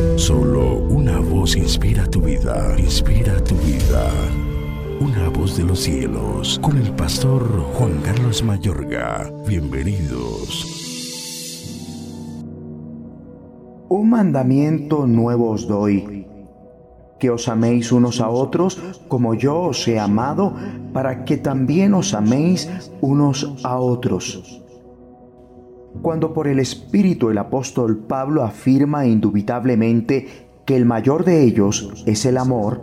Solo una voz inspira tu vida, inspira tu vida. Una voz de los cielos, con el pastor Juan Carlos Mayorga. Bienvenidos. Un mandamiento nuevo os doy, que os améis unos a otros como yo os he amado, para que también os améis unos a otros. Cuando por el Espíritu el apóstol Pablo afirma indubitablemente que el mayor de ellos es el amor,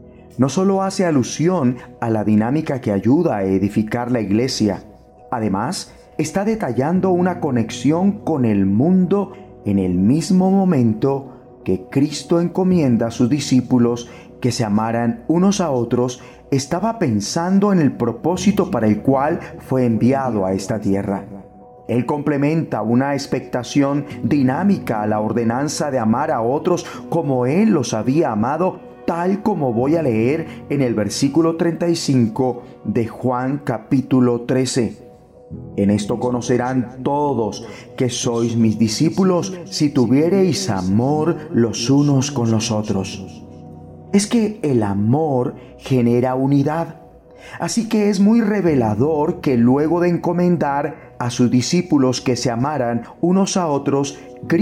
no solo hace alusión a la dinámica que ayuda a edificar la iglesia, además está detallando una conexión con el mundo en el mismo momento que Cristo encomienda a sus discípulos que se amaran unos a otros. Estaba pensando en el propósito para el cual fue enviado a esta tierra. Él complementa una expectación dinámica a la ordenanza de amar a otros como Él los había amado, tal como voy a leer en el versículo 35 de Juan capítulo 13. En esto conocerán todos que sois mis discípulos, si tuviereis amor los unos con los otros. Es que el amor genera unidad. Así que es muy revelador que luego de encomendar a sus discípulos que se amaran unos a otros,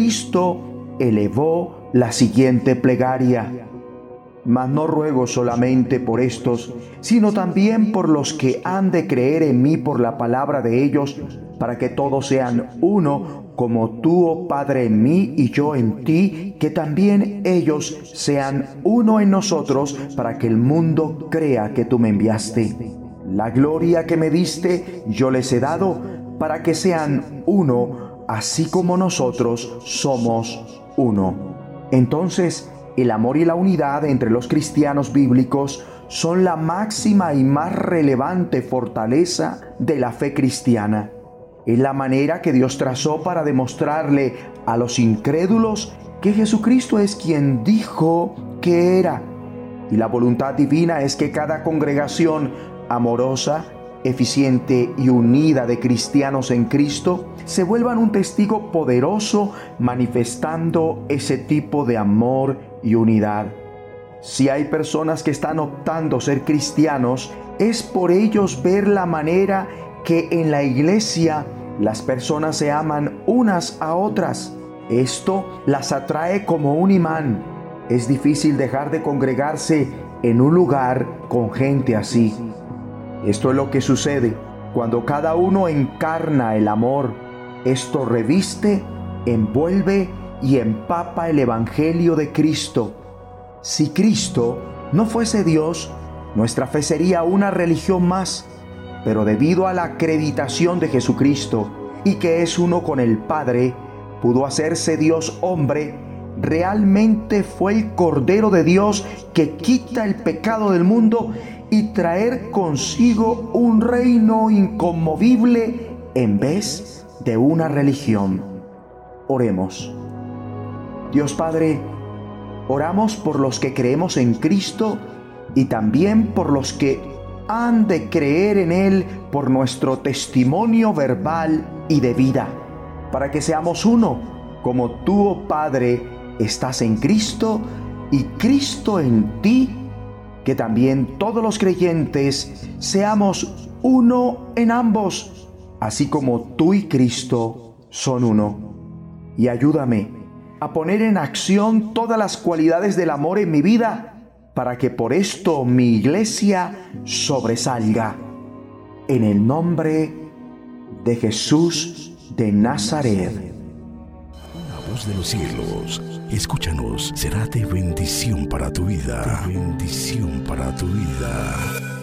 Cristo elevó la siguiente plegaria: mas no ruego solamente por estos, sino también por los que han de creer en mí por la palabra de ellos, para que todos sean uno, como tú, oh Padre, en mí y yo en ti, que también ellos sean uno en nosotros, para que el mundo crea que tú me enviaste. La gloria que me diste yo les he dado, para que sean uno, así como nosotros somos uno. Entonces, el amor y la unidad entre los cristianos bíblicos son la máxima y más relevante fortaleza de la fe cristiana. Es la manera que Dios trazó para demostrarle a los incrédulos que Jesucristo es quien dijo que era. Y la voluntad divina es que cada congregación amorosa, eficiente y unida de cristianos en Cristo se vuelvan un testigo poderoso manifestando ese tipo de amor y unidad. Si hay personas que están optando ser cristianos, es por ellos ver la manera que en la iglesia las personas se aman unas a otras. Esto las atrae como un imán. Es difícil dejar de congregarse en un lugar con gente así. Esto es lo que sucede cuando cada uno encarna el amor. Esto reviste, envuelve y empapa el Evangelio de Cristo. Si Cristo no fuese Dios, nuestra fe sería una religión más. Pero debido a la acreditación de Jesucristo y que es uno con el Padre, pudo hacerse Dios hombre. Realmente fue el Cordero de Dios que quita el pecado del mundo y traer consigo un reino inconmovible en vez de una religión. Oremos. Dios Padre, oramos por los que creemos en Cristo y también por los que han de creer en Él por nuestro testimonio verbal y de vida, para que seamos uno, como tú, oh Padre, estás en Cristo y Cristo en ti, que también todos los creyentes seamos uno en ambos, así como tú y Cristo son uno. Y ayúdame a poner en acción todas las cualidades del amor en mi vida, para que por esto mi iglesia sobresalga. En el nombre de Jesús de Nazaret. La voz de los cielos, escúchanos, será de bendición para tu vida. De bendición para tu vida.